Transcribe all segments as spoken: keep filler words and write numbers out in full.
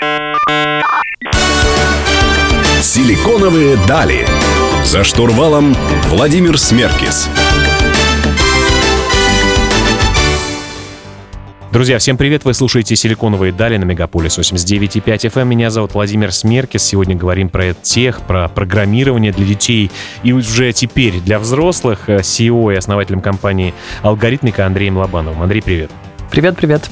Силиконовые дали. За штурвалом Владимир Смеркис. Друзья, всем привет! Вы слушаете «Силиконовые дали» на Мегаполис восемьдесят девять и пять эф эм. Меня зовут Владимир Смеркис. Сегодня говорим про тех, про программирование для детей и уже теперь для взрослых си и о и основателем компании «Алгоритмика» Андреем Лобановым. Андрей, привет! Привет-привет!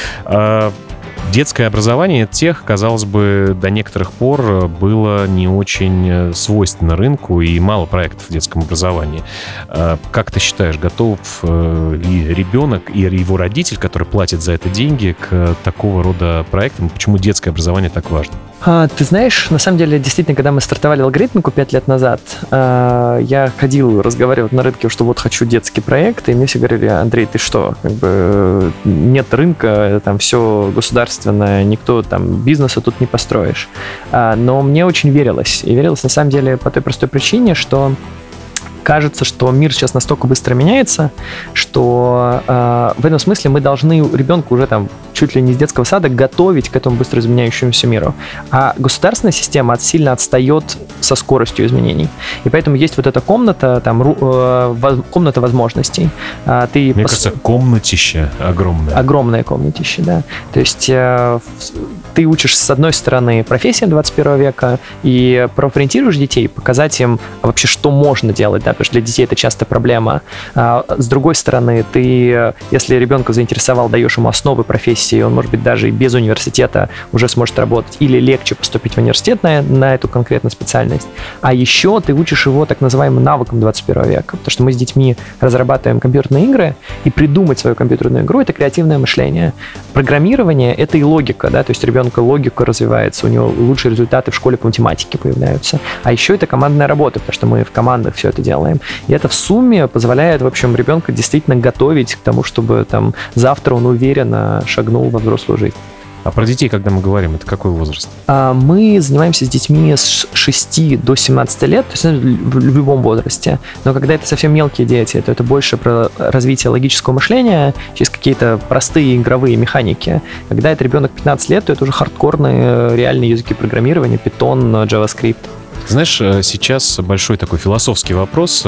Детское образование тех, казалось бы, до некоторых пор было не очень свойственно рынку и мало проектов в детском образовании. Как ты считаешь, готов ли ребенок и его родитель, который платит за это деньги, к такого рода проектам? Почему детское образование так важно? А, ты знаешь, на самом деле, действительно, когда мы стартовали алгоритмику пять лет назад, а, я ходил, разговаривал на рынке, что вот хочу детский проект, и мне все говорили: Андрей, ты что, как бы нет рынка, там все государственное, никто там бизнеса тут не построишь. А, но мне очень верилось, и верилось на самом деле по той простой причине, что кажется, что мир сейчас настолько быстро меняется, что э, в этом смысле мы должны ребенка уже там чуть ли не с детского сада готовить к этому быстро изменяющемуся миру. А государственная система сильно отстает со скоростью изменений. И поэтому есть вот эта комната, там, э, комната возможностей. А ты Мне пос... кажется, комнатище огромное. Огромное комнатище, да. То есть э, ты учишь, с одной стороны, профессиям двадцать первого века и профориентируешь детей, показать им вообще, что можно делать, да, потому что для детей это часто проблема. А с другой стороны, ты, если ребенка заинтересовал, даешь ему основы профессии, он, может быть, даже и без университета уже сможет работать, или легче поступить в университет на, на эту конкретную специальность. А еще ты учишь его так называемым навыкам двадцать первого века, потому что мы с детьми разрабатываем компьютерные игры, и придумать свою компьютерную игру — это креативное мышление. Программирование — это и логика, да, то есть ребенка логика развивается, у него лучшие результаты в школе по математике появляются. А еще это командная работа, потому что мы в командах все это делаем. И это в сумме позволяет, в общем, ребенка действительно готовить к тому, чтобы там завтра он уверенно шагнул во взрослую жизнь. А про детей, когда мы говорим, это какой возраст? Мы занимаемся с детьми с шести до семнадцати лет, то есть в любом возрасте. Но когда это совсем мелкие дети, то это больше про развитие логического мышления через какие-то простые игровые механики. Когда это ребенок пятнадцать лет, то это уже хардкорные реальные языки программирования, Python, JavaScript. Знаешь, сейчас большой такой философский вопрос,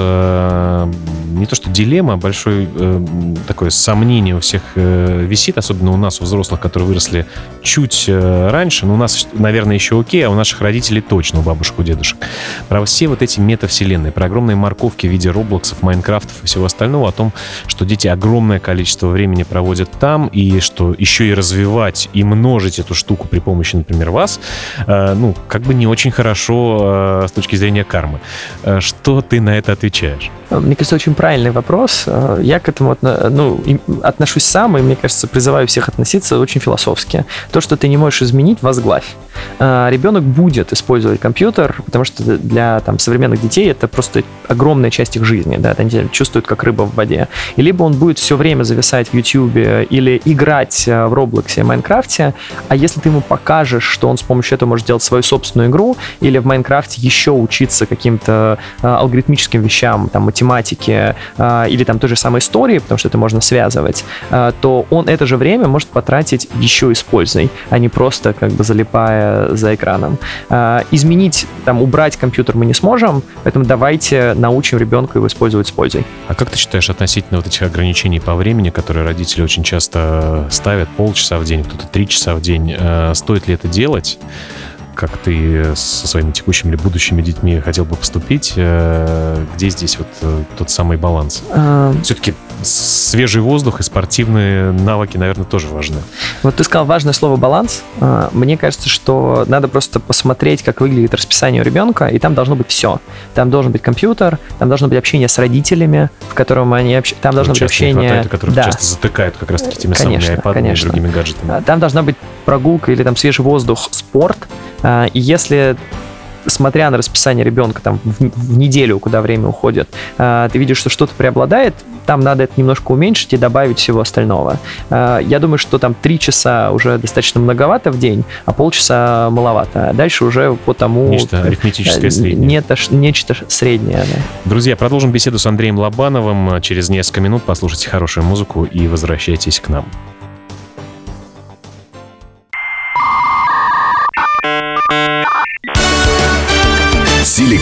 не то что дилемма, а большое такое сомнение у всех висит, особенно у нас, у взрослых, которые выросли чуть раньше. Но у нас, наверное, еще окей, а у наших родителей точно, у бабушек, у дедушек. Про все вот эти метавселенные, про огромные морковки в виде Роблоксов, Майнкрафтов и всего остального, о том, что дети огромное количество времени проводят там, и что еще и развивать, и множить эту штуку при помощи, например, вас, ну, как бы не очень хорошо с точки зрения кармы. Что ты на это отвечаешь? Мне кажется, очень правильный вопрос. Я к этому ну, отношусь сам, и, мне кажется, призываю всех относиться очень философски. То, что ты не можешь изменить, возглавь. Ребенок будет использовать компьютер, потому что для там, современных детей это просто огромная часть их жизни. Да? Они чувствуют, как рыба в воде. И либо он будет все время зависать в Ютьюбе или играть в Роблоксе, Майнкрафте, а если ты ему покажешь, что он с помощью этого может делать свою собственную игру, или в Майнкрафте еще учиться каким-то а, алгоритмическим вещам, там, математике а, или там той же самой истории, потому что это можно связывать, а, то он это же время может потратить еще и с пользой, а не просто как бы залипая за экраном. А, изменить, там, убрать компьютер мы не сможем, поэтому давайте научим ребенка его использовать с пользой. А как ты считаешь относительно вот этих ограничений по времени, которые родители очень часто ставят, полчаса в день, кто-то три часа в день, а, стоит ли это делать? Как ты со своими текущими или будущими детьми хотел бы поступить? Где здесь вот тот самый баланс? А... Все-таки свежий воздух и спортивные навыки, наверное, тоже важны. Вот ты сказал важное слово «баланс». Мне кажется, что надо просто посмотреть, как выглядит расписание у ребенка, и там должно быть все. Там должен быть компьютер, там должно быть общение с родителями, в котором они общаются. Там должно быть общение... Не хватает, которых да. часто затыкают как раз-таки теми конечно, самыми айпадами конечно. и другими гаджетами. Там должна быть прогулка или там свежий воздух, спорт. И если, смотря на расписание ребенка там, в, в неделю, куда время уходит, ты видишь, что что-то преобладает, там надо это немножко уменьшить и добавить всего остального. Я думаю, что там три часа уже достаточно многовато в день, а полчаса маловато. А дальше уже по тому... Нечто арифметическое среднее. Нечто, нечто среднее, да. Друзья, продолжим беседу с Андреем Лобановым. Через несколько минут послушайте хорошую музыку и возвращайтесь к нам.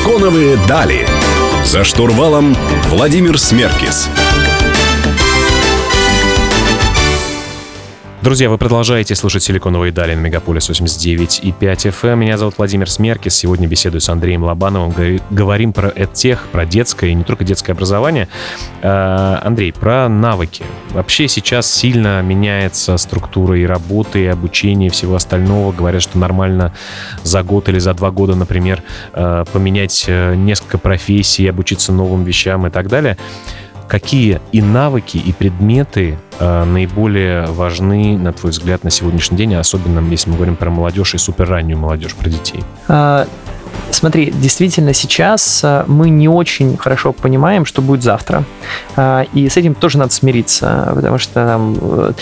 Силиконовые дали. За штурвалом Владимир Смеркис. Друзья, вы продолжаете слушать «Силиконовые дали» на Мегаполис восемьдесят девять и пять эф эм. Меня зовут Владимир Смеркис. Сегодня беседую с Андреем Лобановым. Говорим про эдтех, про детское и не только детское образование. Андрей, про навыки. Вообще сейчас сильно меняется структура и работы, и обучения, и всего остального. Говорят, что нормально за год или за два года, например, поменять несколько профессий, обучиться новым вещам и так далее. Какие и навыки, и предметы э, наиболее важны, на твой взгляд, на сегодняшний день, особенно если мы говорим про молодежь и суперраннюю молодежь, про детей? А, смотри, действительно сейчас мы не очень хорошо понимаем, что будет завтра. А, и с этим тоже надо смириться, потому что там,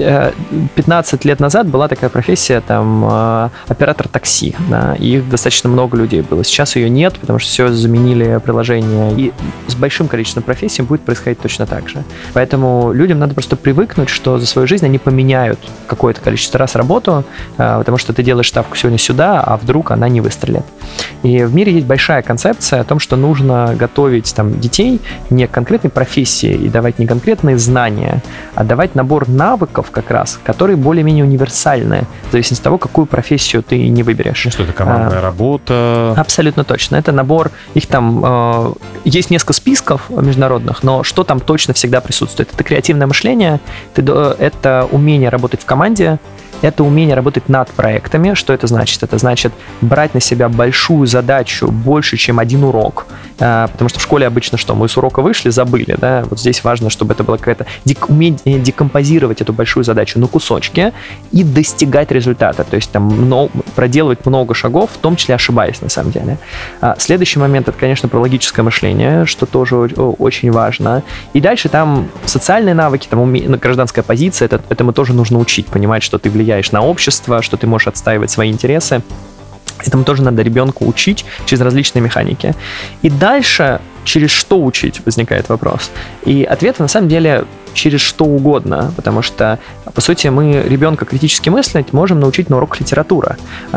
пятнадцать лет назад была такая профессия, там, оператор такси, да, и их достаточно много людей было. Сейчас ее нет, потому что все заменили приложения, и с большим количеством профессий будет происходить точно так же. Поэтому людям надо просто привыкнуть, что за свою жизнь они поменяют какое-то количество раз работу, потому что ты делаешь ставку сегодня сюда, а вдруг она не выстрелит. И в мире есть большая концепция о том, что нужно готовить там детей не к конкретной профессии и давать не конкретные знания, а давать набор навыков как раз, которые более-менее универсальны, в зависимости от того, какую профессию ты не выберешь. Ну, что это командная а, работа? Абсолютно точно. Это набор, их там э, есть несколько списков международных, но что там точно всегда присутствует? Это креативное мышление, это умение работать в команде, это умение работать над проектами. Что это значит? Это значит брать на себя большую задачу, больше, чем один урок. Потому что в школе обычно что? Мы с урока вышли, забыли. Да? Вот здесь важно, чтобы это было какое-то... Дек... умение декомпозировать эту большую задачу на кусочки и достигать результата. То есть там много... проделывать много шагов, в том числе ошибаясь на самом деле. Следующий момент — это, конечно, про логическое мышление, что тоже очень важно. И дальше там социальные навыки, там уме... гражданская позиция, это, этому тоже нужно учить, понимать, что ты влияешь на общество, что ты можешь отстаивать свои интересы. Этому тоже надо ребенку учить через различные механики. И дальше через что учить, возникает вопрос. И ответ на самом деле через что угодно, потому что, по сути, мы ребенка критически мыслить можем научить на уроках литературы.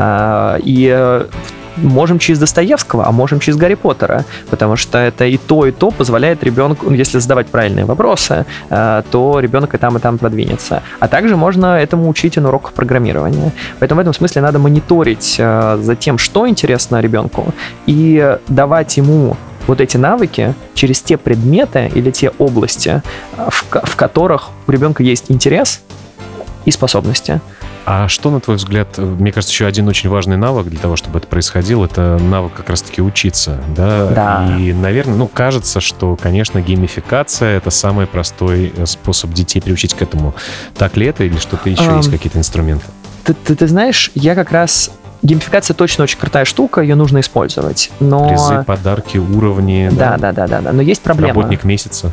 И можем через Достоевского, а можем через Гарри Поттера, потому что это и то, и то позволяет ребенку, если задавать правильные вопросы, то ребенок и там, и там продвинется. А также можно этому учить и на уроках программирования. Поэтому в этом смысле надо мониторить за тем, что интересно ребенку, и давать ему вот эти навыки через те предметы или те области, в, в которых у ребенка есть интерес и способности. А что, на твой взгляд, мне кажется, еще один очень важный навык для того, чтобы это происходило, это навык как раз-таки учиться, да? Да. И, наверное, ну, кажется, что, конечно, геймификация — это самый простой способ детей приучить к этому. Так ли это или что-то еще um, есть, какие-то инструменты? Ты, ты, ты знаешь, я как раз... Геймификация точно очень крутая штука, ее нужно использовать. Но... Призы, подарки, уровни. Да, да, да, да, да. Но есть проблема. Работник месяца.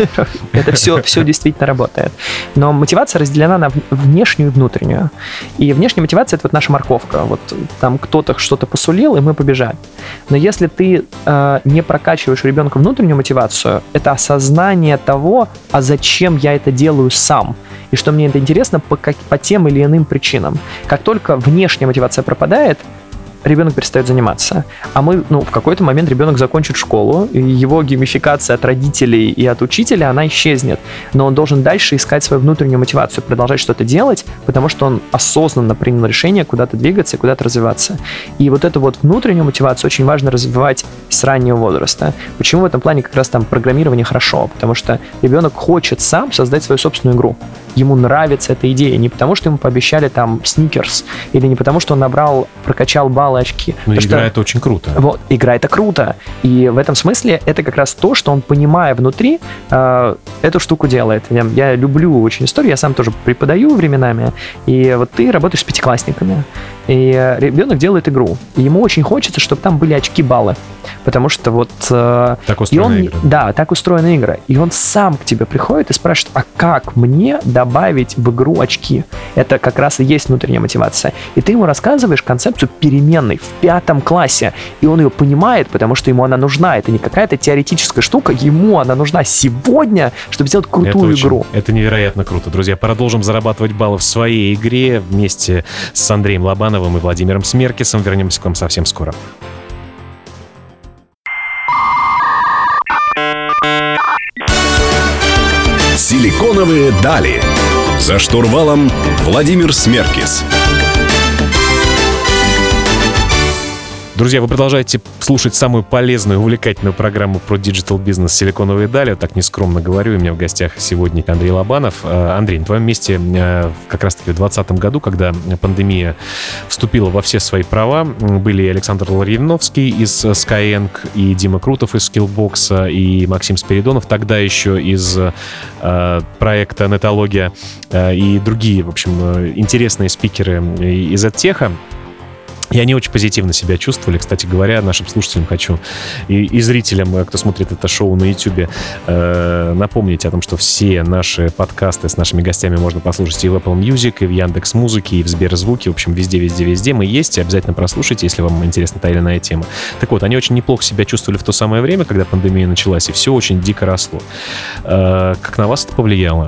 Это все, все действительно работает. Но мотивация разделена на внешнюю и внутреннюю. И внешняя мотивация — это вот наша морковка. Вот там кто-то что-то посулил, и мы побежали. Но если ты э, не прокачиваешь у ребенка внутреннюю мотивацию, это осознание того, а зачем я это делаю сам, и что мне это интересно по, как, по тем или иным причинам. Как только внешняя мотивация пропадает, ребенок перестает заниматься. А мы, ну, в какой-то момент ребенок закончит школу, и его геймификация от родителей и от учителя, она исчезнет. Но он должен дальше искать свою внутреннюю мотивацию, продолжать что-то делать, потому что он осознанно принял решение куда-то двигаться и куда-то развиваться. И вот эту вот внутреннюю мотивацию очень важно развивать с раннего возраста. Почему в этом плане как раз там программирование хорошо? Потому что ребенок хочет сам создать свою собственную игру. Ему нравится эта идея. Не потому, что ему пообещали там сникерс, или не потому, что он набрал, прокачал баллы, очки. Но игра — это очень круто. Вот, игра — это круто. И в этом смысле это как раз то, что он, понимая внутри, э, эту штуку делает. Я, я люблю очень историю, я сам тоже преподаю временами. И вот ты работаешь с пятиклассниками, и ребенок делает игру. И ему очень хочется, чтобы там были очки, баллы. Потому что вот... Э, так устроена игра. Да, так устроена игра. И он сам к тебе приходит и спрашивает, а как мне добавить в игру очки? Это как раз и есть внутренняя мотивация. И ты ему рассказываешь концепцию переменной в пятом классе. И он ее понимает, потому что ему она нужна. Это не какая-то теоретическая штука, ему она нужна сегодня, чтобы сделать крутую это игру. Очень, это невероятно круто. Друзья, продолжим зарабатывать баллы в своей игре вместе с Андреем Лобановым и Владимиром Смеркисом. Вернемся к вам совсем скоро. Силиконовые дали. За штурвалом Владимир Смеркис. Друзья, вы продолжаете слушать самую полезную и увлекательную программу про диджитал-бизнес «Силиконовые дали». Вот так нескромно говорю, и у меня в гостях сегодня Андрей Лобанов. Андрей, на твоем месте как раз-таки в двадцатом году, когда пандемия вступила во все свои права, были Александр Ларьяновский из Skyeng, и Дима Крутов из Skillbox, и Максим Спиридонов, тогда еще из э, проекта «Нетология», э, и другие, в общем, интересные спикеры из EdTech. И они очень позитивно себя чувствовали. Кстати говоря, нашим слушателям хочу и, и зрителям, кто смотрит это шоу на YouTube, э, напомнить о том, что все наши подкасты с нашими гостями можно послушать и в Apple Music, и в Яндекс.Музыке, и в Сберзвуке. В общем, везде, везде, везде мы есть. Обязательно прослушайте, если вам интересна та или иная тема. Так вот, они очень неплохо себя чувствовали в то самое время, когда пандемия началась, и все очень дико росло. Э, как на вас это повлияло?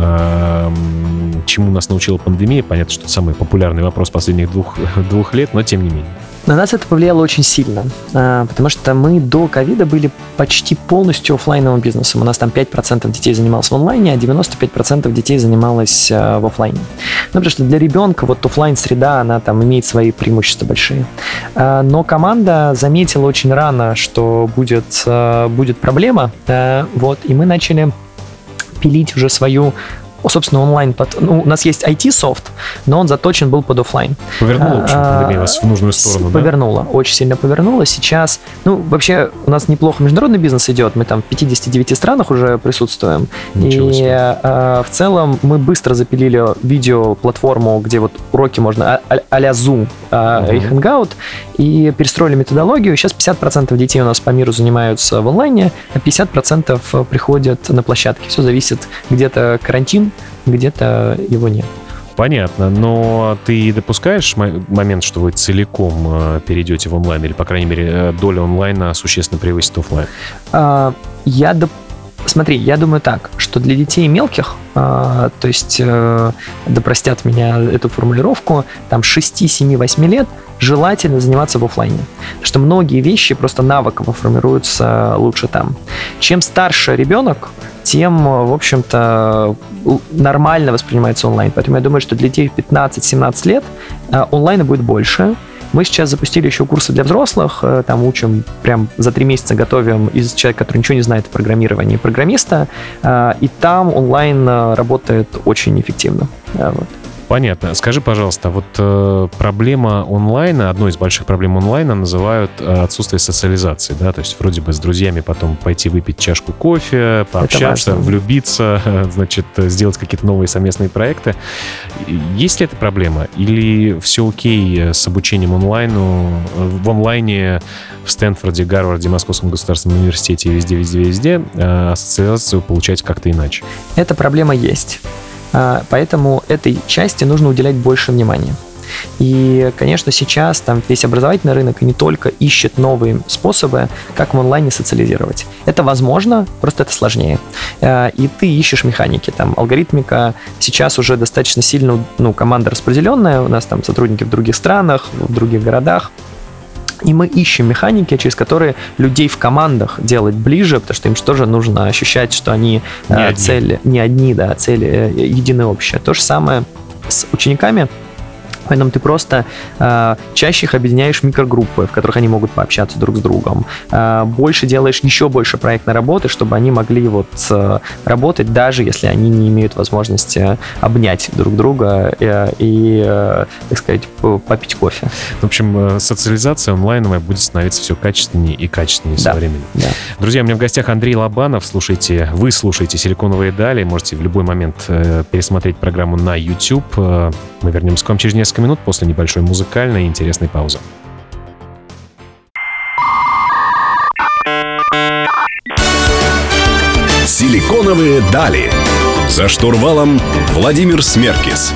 Э, чему нас научила пандемия? Понятно, что это самый популярный вопрос последних двух, двух лет, но тем не менее. На нас это повлияло очень сильно, потому что мы до ковида были почти полностью офлайновым бизнесом. У нас там пять процентов детей занималось в онлайне, а девяносто пять процентов детей занималось в офлайне. Ну, потому что для ребенка вот офлайн-среда, она там имеет свои преимущества большие. Но команда заметила очень рано, что будет, будет проблема, вот, и мы начали пилить уже свою, собственно, онлайн. Под... Ну, у нас есть ай ти-софт, но он заточен был под офлайн. Повернула, в общем, пандемия вас в нужную сторону, да? Повернула, очень сильно повернула. Сейчас, ну, вообще, у нас неплохо международный бизнес идет. Мы там в пятидесяти девяти странах уже присутствуем. Ничего себе. И а, в целом мы быстро запилили видеоплатформу, где вот уроки можно а- а-ля Zoom а, uh-huh. и Hangout, и перестроили методологию. Сейчас пятьдесят процентов детей у нас по миру занимаются в онлайне, а пятьдесят процентов приходят на площадки. Все зависит, где-то карантин, где-то его нет. Понятно, но ты допускаешь момент, что вы целиком перейдете в онлайн, или, по крайней мере, доля онлайна существенно превысит офлайн? А, я доп... Смотри, я думаю так, что для детей мелких, а, то есть, а, да простят меня эту формулировку, там шесть, семь, восемь лет желательно заниматься в офлайне. Потому что многие вещи просто навыково формируются лучше там. Чем старше ребенок, тем, в общем-то, нормально воспринимается онлайн. Поэтому я думаю, что для детей пятнадцать-семнадцать лет онлайна будет больше. Мы сейчас запустили еще курсы для взрослых, там учим, прям за три месяца готовим из человека, который ничего не знает о программировании, программиста, и там онлайн работает очень эффективно. Вот. Понятно. Скажи, пожалуйста, вот э, проблема онлайна, одной из больших проблем онлайна называют э, отсутствие социализации, да, то есть вроде бы с друзьями потом пойти выпить чашку кофе, пообщаться, влюбиться, э, значит, сделать какие-то новые совместные проекты. Есть ли эта проблема? Или все окей с обучением онлайну, в онлайне в Стэнфорде, Гарварде, Московском государственном университете, везде, везде, везде, э, социализацию получать как-то иначе? Эта проблема есть. Поэтому этой части нужно уделять больше внимания. И, конечно, сейчас там весь образовательный рынок и не только ищет новые способы, как в онлайне социализировать. Это возможно, просто это сложнее. И ты ищешь механики. Там алгоритмика сейчас уже достаточно сильно, ну, команда распределенная, у нас там сотрудники в других странах, в других городах. И мы ищем механики, через которые людей в командах делать ближе, потому что им же тоже нужно ощущать, что они не э, цели, не одни, да, цели э, едины общие. То же самое с учениками. Поэтому ты просто э, чаще их объединяешь в микрогруппы, в которых они могут пообщаться друг с другом. Э, больше делаешь еще больше проектной работы, чтобы они могли вот э, работать, даже если они не имеют возможности обнять друг друга э, и, э, так сказать, попить кофе. В общем, социализация онлайновая будет становиться все качественнее и качественнее со да, временем. Да. Друзья, у меня в гостях Андрей Лобанов. Слушайте, вы слушаете «Силиконовые дали». Можете в любой момент э, пересмотреть программу на YouTube. Э, мы вернемся к вам через несколько минут после небольшой музыкальной и интересной паузы. «Силиконовые дали». За штурвалом Владимир Смеркис.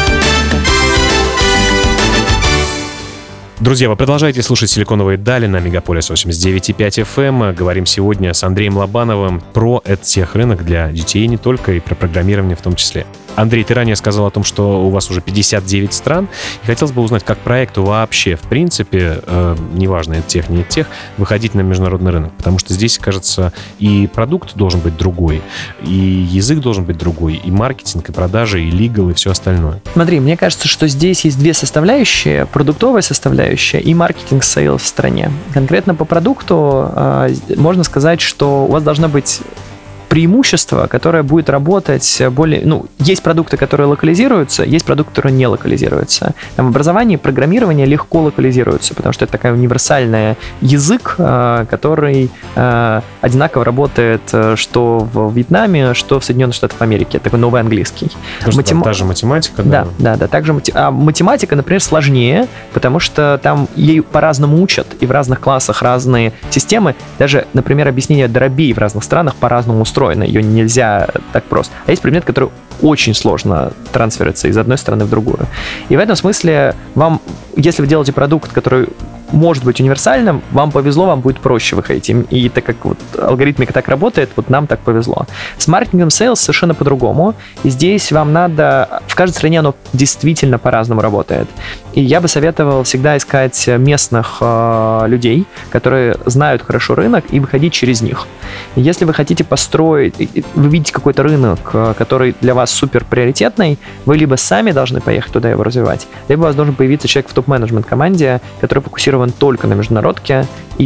Друзья, вы продолжаете слушать «Силиконовые дали» на Мегаполис восемьдесят девять и пять эф эм. Говорим сегодня с Андреем Лобановым про EdTech рынок для детей не только, и про программирование в том числе. Андрей, ты ранее сказал о том, что у вас уже пятьдесят девять стран, и хотелось бы узнать, как проекту вообще, в принципе, э, неважно, это тех, не тех, выходить на международный рынок, потому что здесь, кажется, и продукт должен быть другой, и язык должен быть другой, и маркетинг, и продажи, и лигал, и все остальное. Смотри, мне кажется, что здесь есть две составляющие, продуктовая составляющая и маркетинг-сейл в стране. Конкретно по продукту э, можно сказать, что у вас должна быть преимущество, которое будет работать более... Ну, есть продукты, которые локализируются, есть продукты, которые не локализируются. Там в образовании программирование легко локализируется, потому что это такой универсальный язык, который одинаково работает что в Вьетнаме, что в Соединенных Штатах Америки. Это такой новый английский. Матем... Та же математика, да? Да, да, да. Также мати... а математика, например, сложнее, потому что там ей по-разному учат, и в разных классах разные системы. Даже, например, объяснение дробей в разных странах по-разному устроено. Ее нельзя так просто. А есть предмет, который очень сложно трансферится из одной страны в другую. И в этом смысле вам, если вы делаете продукт, который может быть универсальным, вам повезло, вам будет проще выходить. И так как вот алгоритмика так работает, вот нам так повезло. С маркетингом Sales совершенно по-другому. И здесь вам надо... В каждой стране оно действительно по-разному работает. И я бы советовал всегда искать местных э, людей, которые знают хорошо рынок, и выходить через них. И если вы хотите построить... Вы видите какой-то рынок, который для вас супер приоритетный, вы либо сами должны поехать туда его развивать, либо у вас должен появиться человек в топ-менеджмент команде, который фокусирован только на международке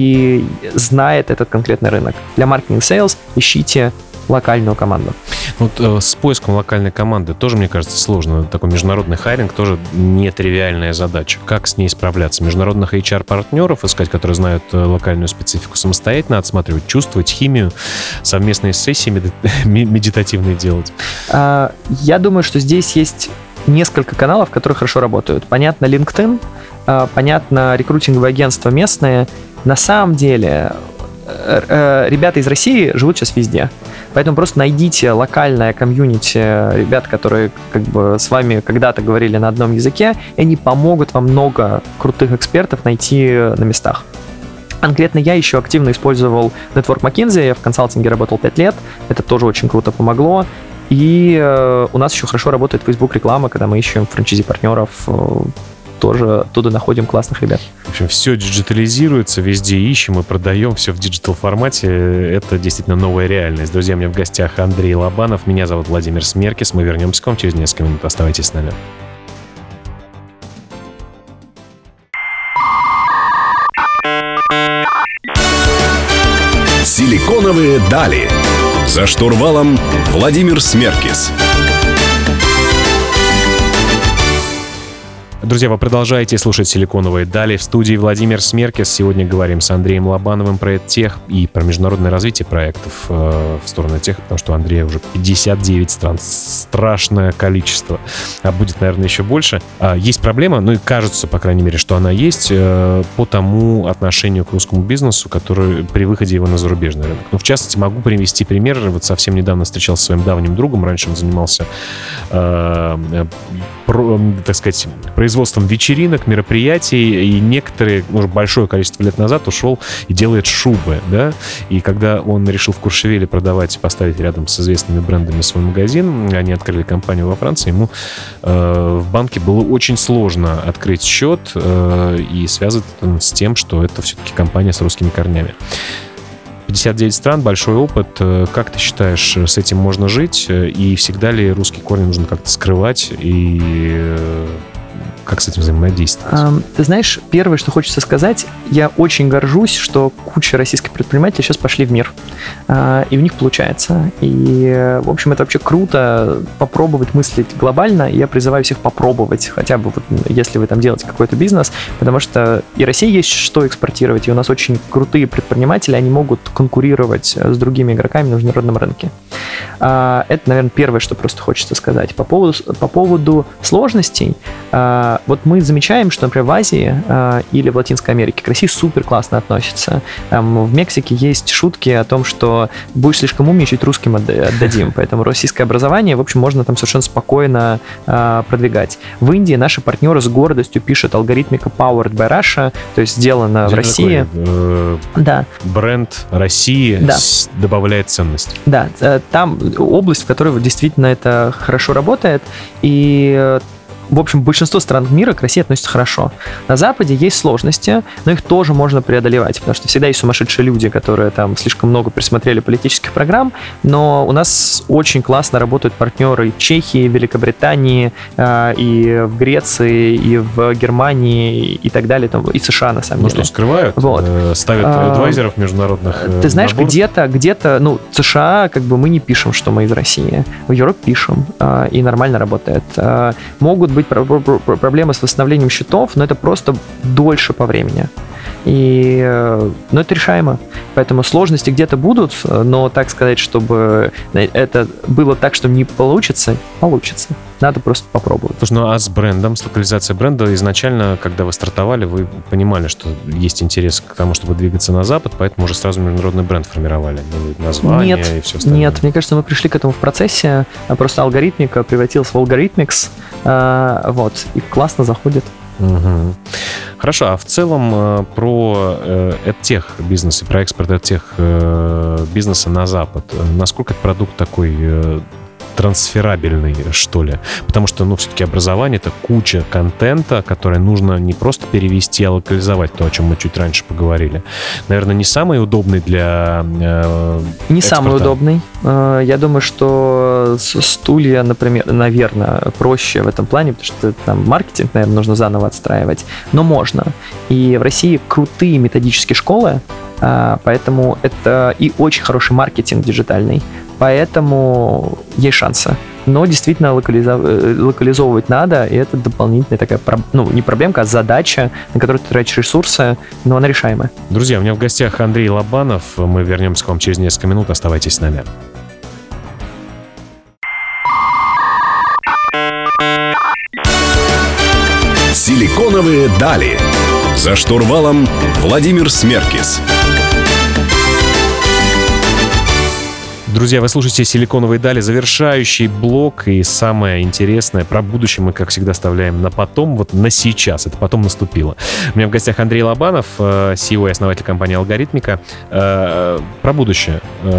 и знает этот конкретный рынок. Для маркетинг Sales ищите локальную команду. Вот э, с поиском локальной команды тоже, мне кажется, сложно. Такой международный хайринг тоже нетривиальная задача. Как с ней справляться? Международных эйч ар-партнеров искать, которые знают э, локальную специфику, самостоятельно отсматривать, чувствовать химию, совместные сессии меди- медитативные делать? А, я думаю, что здесь есть несколько каналов, которые хорошо работают. Понятно, LinkedIn, понятно, рекрутинговые агентства местные. На самом деле, ребята из России живут сейчас везде. Поэтому просто найдите локальное комьюнити ребят, которые как бы с вами когда-то говорили на одном языке, и они помогут вам много крутых экспертов найти на местах. Конкретно я еще активно использовал Network McKinsey, я в консалтинге работал пять лет, это тоже очень круто помогло. И э, у нас еще хорошо работает Facebook реклама, когда мы ищем франчайзи-партнеров, э, тоже оттуда находим классных ребят. В общем, все диджитализируется, везде ищем и продаем, все в диджитал формате. Это действительно новая реальность. Друзья, у меня в гостях Андрей Лобанов, меня зовут Владимир Смеркис. Мы вернемся к вам через несколько минут. Оставайтесь с нами. Силиконовые дали. За штурвалом Владимир Смеркис. Друзья, вы продолжаете слушать «Силиконовые дали». В студии Владимир Смеркис. Сегодня говорим с Андреем Лобановым про тех и про международное развитие проектов э, в сторону тех, потому что у Андрея уже пятьдесят девять стран. Страшное количество. А будет, наверное, еще больше. А, есть проблема, ну и кажется, по крайней мере, что она есть, э, по тому отношению к русскому бизнесу, который при выходе его на зарубежный рынок. Ну, в частности, могу привести пример. Вот совсем недавно встречался со своим давним другом. Раньше он занимался, э, про, так сказать, производством производством вечеринок, мероприятий, и некоторые, уже большое количество лет назад ушел и делает шубы, да, и когда он решил в Куршевеле продавать, поставить рядом с известными брендами свой магазин, они открыли компанию во Франции, ему э, в банке было очень сложно открыть счет, э, и связывать это с тем, что это все-таки компания с русскими корнями. пятьдесят девять стран, большой опыт. Как ты считаешь, с этим можно жить? И всегда ли русские корни нужно как-то скрывать? И как с этим взаимодействовать? Um, ты знаешь, первое, что хочется сказать, я очень горжусь, что куча российских предпринимателей сейчас пошли в мир. Uh, и у них получается. И, в общем, это вообще круто попробовать мыслить глобально. И я призываю всех попробовать, хотя бы вот, если вы там делаете какой-то бизнес, потому что и России есть что экспортировать, и у нас очень крутые предприниматели, они могут конкурировать с другими игроками на международном рынке. Uh, это, наверное, первое, что просто хочется сказать. По поводу, по поводу сложностей, uh, А, вот мы замечаем, что, например, в Азии а, или в Латинской Америке к России супер классно относятся. Там, в Мексике есть шутки о том, что будешь слишком умничать, русским отда- отдадим. Поэтому российское образование, в общем, можно там совершенно спокойно а, продвигать. В Индии наши партнеры с гордостью пишут алгоритмика Powered by Russia, то есть сделано в России. Такой, э, да. Бренд России да. с, добавляет ценность. Да, там область, в которой действительно это хорошо работает, и в общем, большинство стран мира к России относятся хорошо. На Западе есть сложности, но их тоже можно преодолевать, потому что всегда есть сумасшедшие люди, которые там слишком много присмотрели политических программ, но у нас очень классно работают партнеры в Чехии, Великобритании, э, и в Греции, и в Германии, и так далее, там, и США, на самом ну, деле. Ну что, скрывают? Вот. Э, ставят а, адвайзеров международных э, Ты знаешь, набор? где-то, где-то, ну, США, как бы мы не пишем, что мы из России. В Европе пишем, э, и нормально работает. Э, могут быть проблемы с восстановлением счетов, но это просто дольше по времени. И, ну, это решаемо. Поэтому сложности где-то будут, но так сказать, чтобы это было так, что не получится, получится. Надо просто попробовать. Слушай, ну а с брендом, с локализацией бренда изначально, когда вы стартовали, вы понимали, что есть интерес к тому, чтобы двигаться на Запад, поэтому уже сразу международный бренд формировали, название нет, и все остальное. Нет, мне кажется, мы пришли к этому в процессе, просто алгоритмика превратилась в алгоритмикс, вот, и классно заходит. Угу. Хорошо, а в целом про эдтех бизнес и про экспорт эдтех бизнеса на Запад, насколько этот продукт такой трансферабельный, что ли? Потому что, ну, все-таки образование — это куча контента, который нужно не просто перевести, а локализовать, то, о чем мы чуть раньше поговорили. Наверное, не самый удобный для э, Не экспорта. самый удобный. Я думаю, что стулья, например, наверное, проще в этом плане, потому что там маркетинг, наверное, нужно заново отстраивать. Но можно. И в России крутые методические школы, поэтому это и очень хороший маркетинг диджитальный. Поэтому есть шансы. Но действительно локализов... локализовывать надо, и это дополнительная такая, ну, не проблемка, а задача, на которую ты тратишь ресурсы, но она решаемая. Друзья, у меня в гостях Андрей Лобанов. Мы вернемся к вам через несколько минут. Оставайтесь с нами. Силиконовые дали. За штурвалом Владимир Смеркис. Друзья, вы слушаете «Силиконовые дали», завершающий блок, и самое интересное про будущее мы, как всегда, оставляем на потом, вот на сейчас, это потом наступило. У меня в гостях Андрей Лобанов, си и о и основатель компании «Алгоритмика». Про будущее.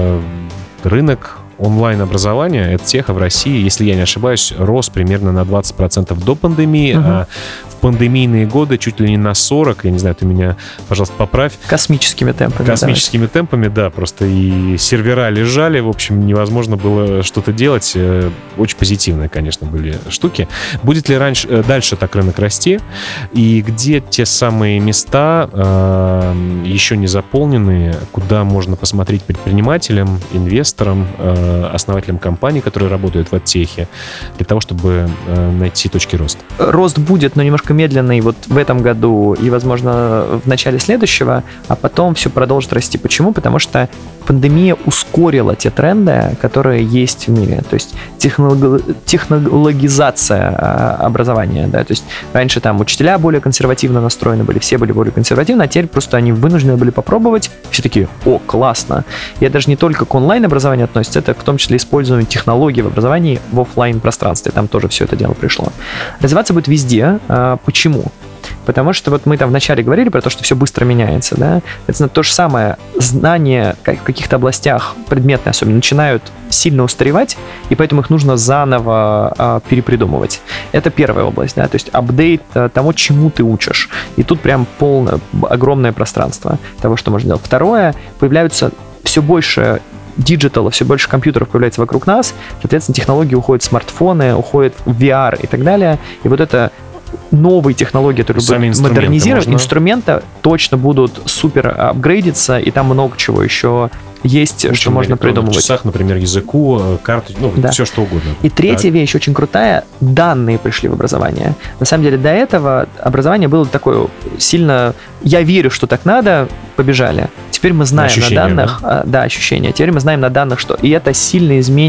Рынок онлайн-образования, эдтеха в России, если я не ошибаюсь, рос примерно на двадцать процентов до пандемии, uh-huh. а в пандемийные годы чуть ли не на сорок процентов, я не знаю, ты меня, пожалуйста, поправь. Космическими темпами. Космическими да. темпами, да, просто и сервера лежали, в общем, невозможно было что-то делать. Очень позитивные, конечно, были штуки. Будет ли раньше, дальше так рынок расти? И где те самые места, э, еще не заполненные, куда можно посмотреть предпринимателям, инвесторам, э, основателям компаний, которые работают в эдтехе, для того, чтобы э, найти точки роста? Рост будет, но немножко медленный вот в этом году и, возможно, в начале следующего, а потом все продолжит расти. Почему? Потому что пандемия ускорила те тренды, которые есть в мире. То есть технолог... технологизация образования. Да? То есть раньше там учителя более консервативно настроены были, все были более консервативны, а теперь просто они вынуждены были попробовать. Все такие: о, классно. И это даже не только к онлайн-образованию относится, это в том числе использование технологий в образовании в офлайн пространстве. Там тоже все это дело пришло. Развиваться будет везде. Почему? Потому что вот мы там вначале говорили про то, что все быстро меняется, да. Это то же самое. Знания в каких-то областях, предметные особенно, начинают сильно устаревать, и поэтому их нужно заново а, перепридумывать. Это первая область, да, то есть апдейт а, того, чему ты учишь. И тут прям полное, огромное пространство того, что можно делать. Второе, появляются все больше диджитала, все больше компьютеров появляется вокруг нас, соответственно, технологии уходят в смартфоны, уходят в ви ар и так далее, и вот это новые технологии, которые будут модернизировать, можно... инструменты точно будут супер апгрейдиться, и там много чего еще есть, очень что можно придумывать. В часах, например, языку, карты, ну, да. все что угодно. И третья так. вещь очень крутая, данные пришли в образование. На самом деле, до этого образование было такое сильно, я верю, что так надо, побежали. Теперь мы знаем ощущение, на данных, да? да, ощущения, теперь мы знаем на данных, что, и это сильно изменит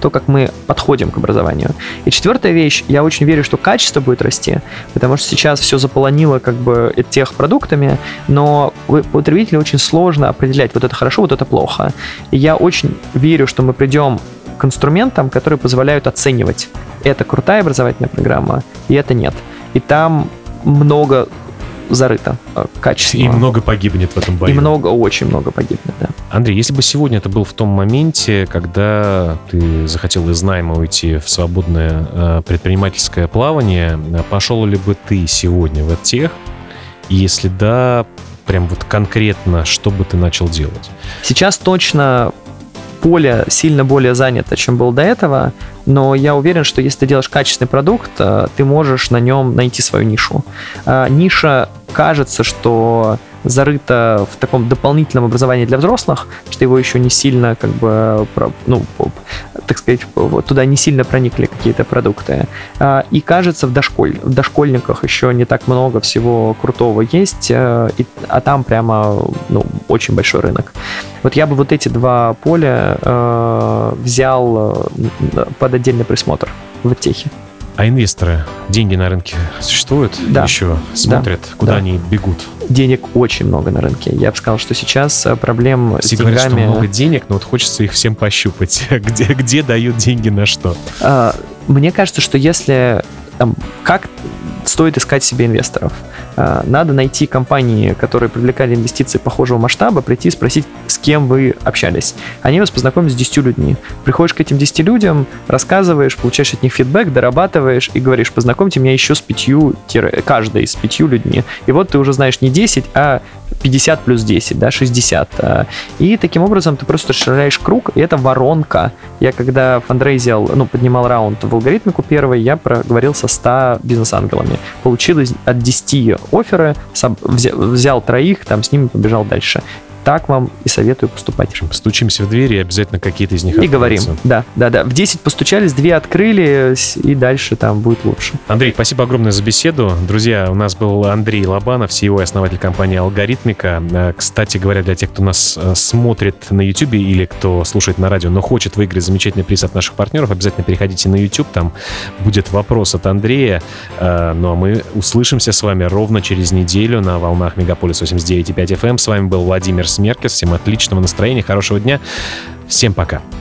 то, как мы подходим к образованию. И четвертая вещь, я очень верю, что качество будет расти, потому что сейчас все заполонило как бы тех продуктами, но потребителю очень сложно определять, вот это хорошо, вот это плохо. И я очень верю, что мы придем к инструментам, которые позволяют оценивать, это крутая образовательная программа, и это нет. И там много зарыто качественно. И много погибнет в этом бою. И много, очень много погибнет, да. Андрей, если бы сегодня это был в том моменте, когда ты захотел из найма уйти в свободное э, предпринимательское плавание, пошел ли бы ты сегодня в EdTech? И если да, прям вот конкретно, что бы ты начал делать? Сейчас точно поле сильно более занято, чем было до этого, но я уверен, что если ты делаешь качественный продукт, ты можешь на нем найти свою нишу. Ниша, кажется, что зарыта в таком дополнительном образовании для взрослых, что его еще не сильно, как бы, ну, так сказать, туда не сильно проникли какие-то продукты. И кажется, в, дошколь, в дошкольниках еще не так много всего крутого есть, и, а там прямо, ну, очень большой рынок. Вот я бы вот эти два поля э, взял под отдельный присмотр в техе. А инвесторы, деньги на рынке существуют? Да. Еще смотрят, да. куда да. они бегут? Денег очень много на рынке. Я бы сказал, что сейчас проблем Все с деньгами... говорят, что много денег, но вот хочется их всем пощупать. где, где дают деньги на что? А, мне кажется, что если... Там, как стоит искать себе инвесторов? А, надо найти компании, которые привлекали инвестиции похожего масштаба, прийти и спросить, с кем вы общались. Они вас познакомят с десятью людьми. Приходишь к этим десяти людям, рассказываешь, получаешь от них фидбэк, дорабатываешь и говоришь, познакомьте меня еще с пятью, каждой с пятью людьми. И вот ты уже знаешь не десять, а пятьдесят плюс десять, да, шестьдесят. И таким образом ты просто расширяешь круг, и это воронка. Я когда фандрейзил, ну, поднимал раунд в алгоритмику первый, я проговорил со ста бизнес-ангелами. Получилось от десяти офферы, взял, взял троих, там с ними побежал дальше. Так вам и советую поступать. Стучимся в двери, и обязательно какие-то из них И откроются. говорим, да, да, да. В десять постучались, две открыли, и дальше там будет лучше. Андрей, спасибо огромное за беседу. Друзья, у нас был Андрей Лобанов, си и о и основатель компании «Алгоритмика». Кстати говоря, для тех, кто нас смотрит на YouTube или кто слушает на радио, но хочет выиграть замечательный приз от наших партнеров, обязательно переходите на YouTube, там будет вопрос от Андрея. Ну а мы услышимся с вами ровно через неделю на волнах Мегаполис восемьдесят девять и пять эф эм. С вами был Владимир Смеркис. Всем отличного настроения, хорошего дня. Всем пока.